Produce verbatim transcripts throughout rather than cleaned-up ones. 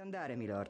Andare, milord.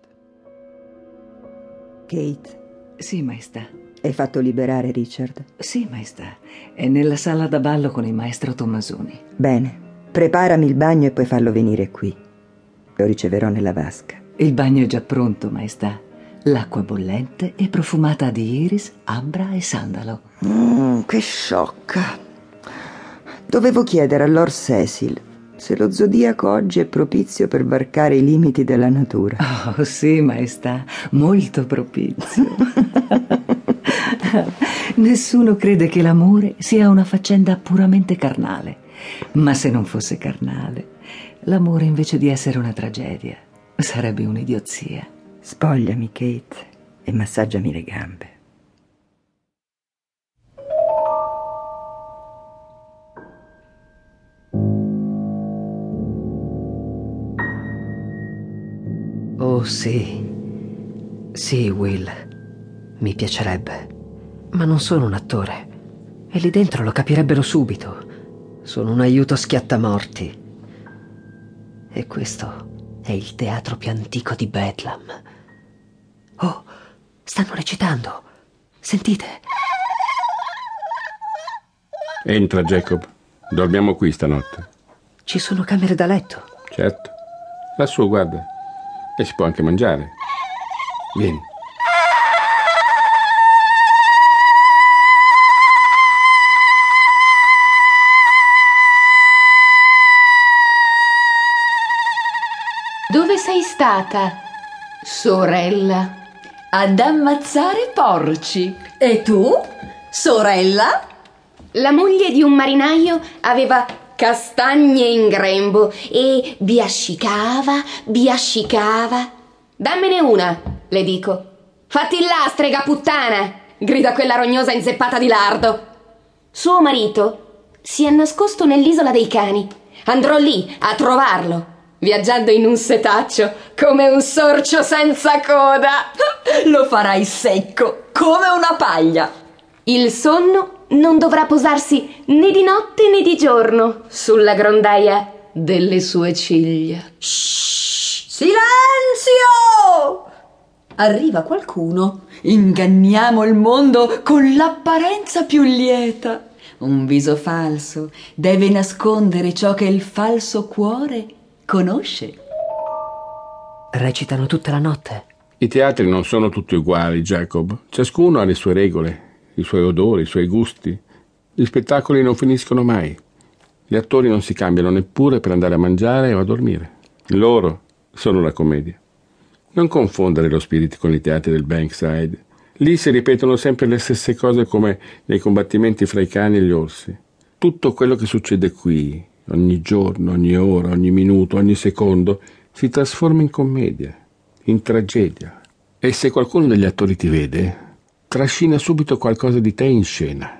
Kate. Sì, maestà. Hai fatto liberare Richard? Sì, maestà. È nella sala da ballo con il maestro Tommasoni. Bene. Preparami il bagno e poi fallo venire qui. Lo riceverò nella vasca. Il bagno è già pronto, maestà. L'acqua bollente e profumata di iris, ambra e sandalo. Mmm, che sciocca. Dovevo chiedere a Lord Cecil se lo zodiaco oggi è propizio per varcare i limiti della natura. Oh, sì, maestà, molto propizio. Nessuno crede che l'amore sia una faccenda puramente carnale. Ma se non fosse carnale, l'amore invece di essere una tragedia sarebbe un'idiozia. Spogliami, Kate, e massaggiami le gambe. Oh sì, sì Will, mi piacerebbe, ma non sono un attore e lì dentro lo capirebbero subito. Sono un aiuto schiattamorti e questo è il teatro più antico di Bedlam. Oh, stanno recitando, sentite? Entra, Jacob, dormiamo qui stanotte. Ci sono camere da letto? Certo, lassù guarda. E si può anche mangiare. Vieni. Dove sei stata, sorella? Ad ammazzare porci. E tu, sorella? La moglie di un marinaio aveva castagne in grembo e biascicava, biascicava. Dammene una, le dico. Fatti là, strega puttana, grida quella rognosa inzeppata di lardo. Suo marito si è nascosto nell'isola dei cani. Andrò lì a trovarlo, viaggiando in un setaccio come un sorcio senza coda. Lo farai secco, come una paglia. Il sonno non dovrà posarsi né di notte né di giorno sulla grondaia delle sue ciglia. Shh, silenzio! Arriva qualcuno. Inganniamo il mondo con l'apparenza più lieta. Un viso falso deve nascondere ciò che il falso cuore conosce. Recitano tutta la notte? I teatri non sono tutti uguali, Jacob. Ciascuno ha le sue regole, i suoi odori, i suoi gusti. Gli spettacoli non finiscono mai. Gli attori non si cambiano neppure per andare a mangiare o a dormire. Loro sono la commedia. Non confondere lo spirito con i teatri del Bankside. Lì si ripetono sempre le stesse cose come nei combattimenti fra i cani e gli orsi. Tutto quello che succede qui, ogni giorno, ogni ora, ogni minuto, ogni secondo, si trasforma in commedia, in tragedia. E se qualcuno degli attori ti vede, trascina subito qualcosa di te in scena.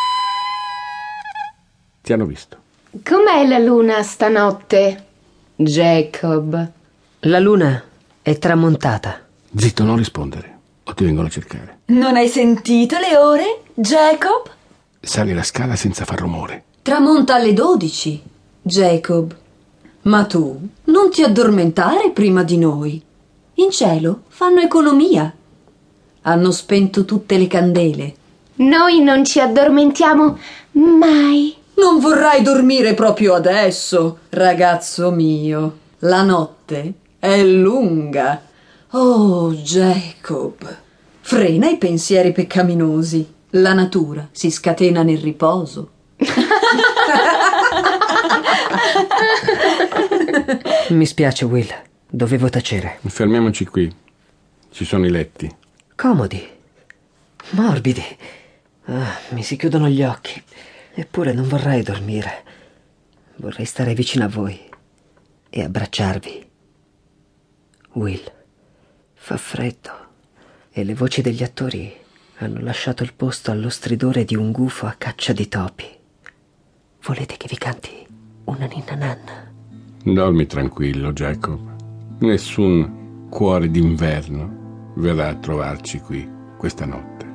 Ti hanno visto. Com'è la luna stanotte, Jacob? La luna è tramontata. Zitto, non rispondere, o ti vengono a cercare. Non hai sentito le ore, Jacob? Sali la scala senza far rumore. Tramonta alle dodici, Jacob. Ma tu non ti addormentare prima di noi. In cielo fanno economia. Hanno spento tutte le candele. Noi non ci addormentiamo mai. Non vorrai dormire proprio adesso, ragazzo mio. La notte è lunga. Oh, Jacob, frena i pensieri peccaminosi. La natura si scatena nel riposo. Mi spiace, Will. Dovevo tacere. Fermiamoci qui. Ci sono i letti. Comodi. Morbidi. Ah, mi si chiudono gli occhi. Eppure non vorrei dormire. Vorrei stare vicino a voi e abbracciarvi. Will, fa freddo e le voci degli attori hanno lasciato il posto allo stridore di un gufo a caccia di topi. Volete che vi canti una ninna nanna? Dormi tranquillo, Jacob. Nessun cuore d'inverno verrà a trovarci qui questa notte.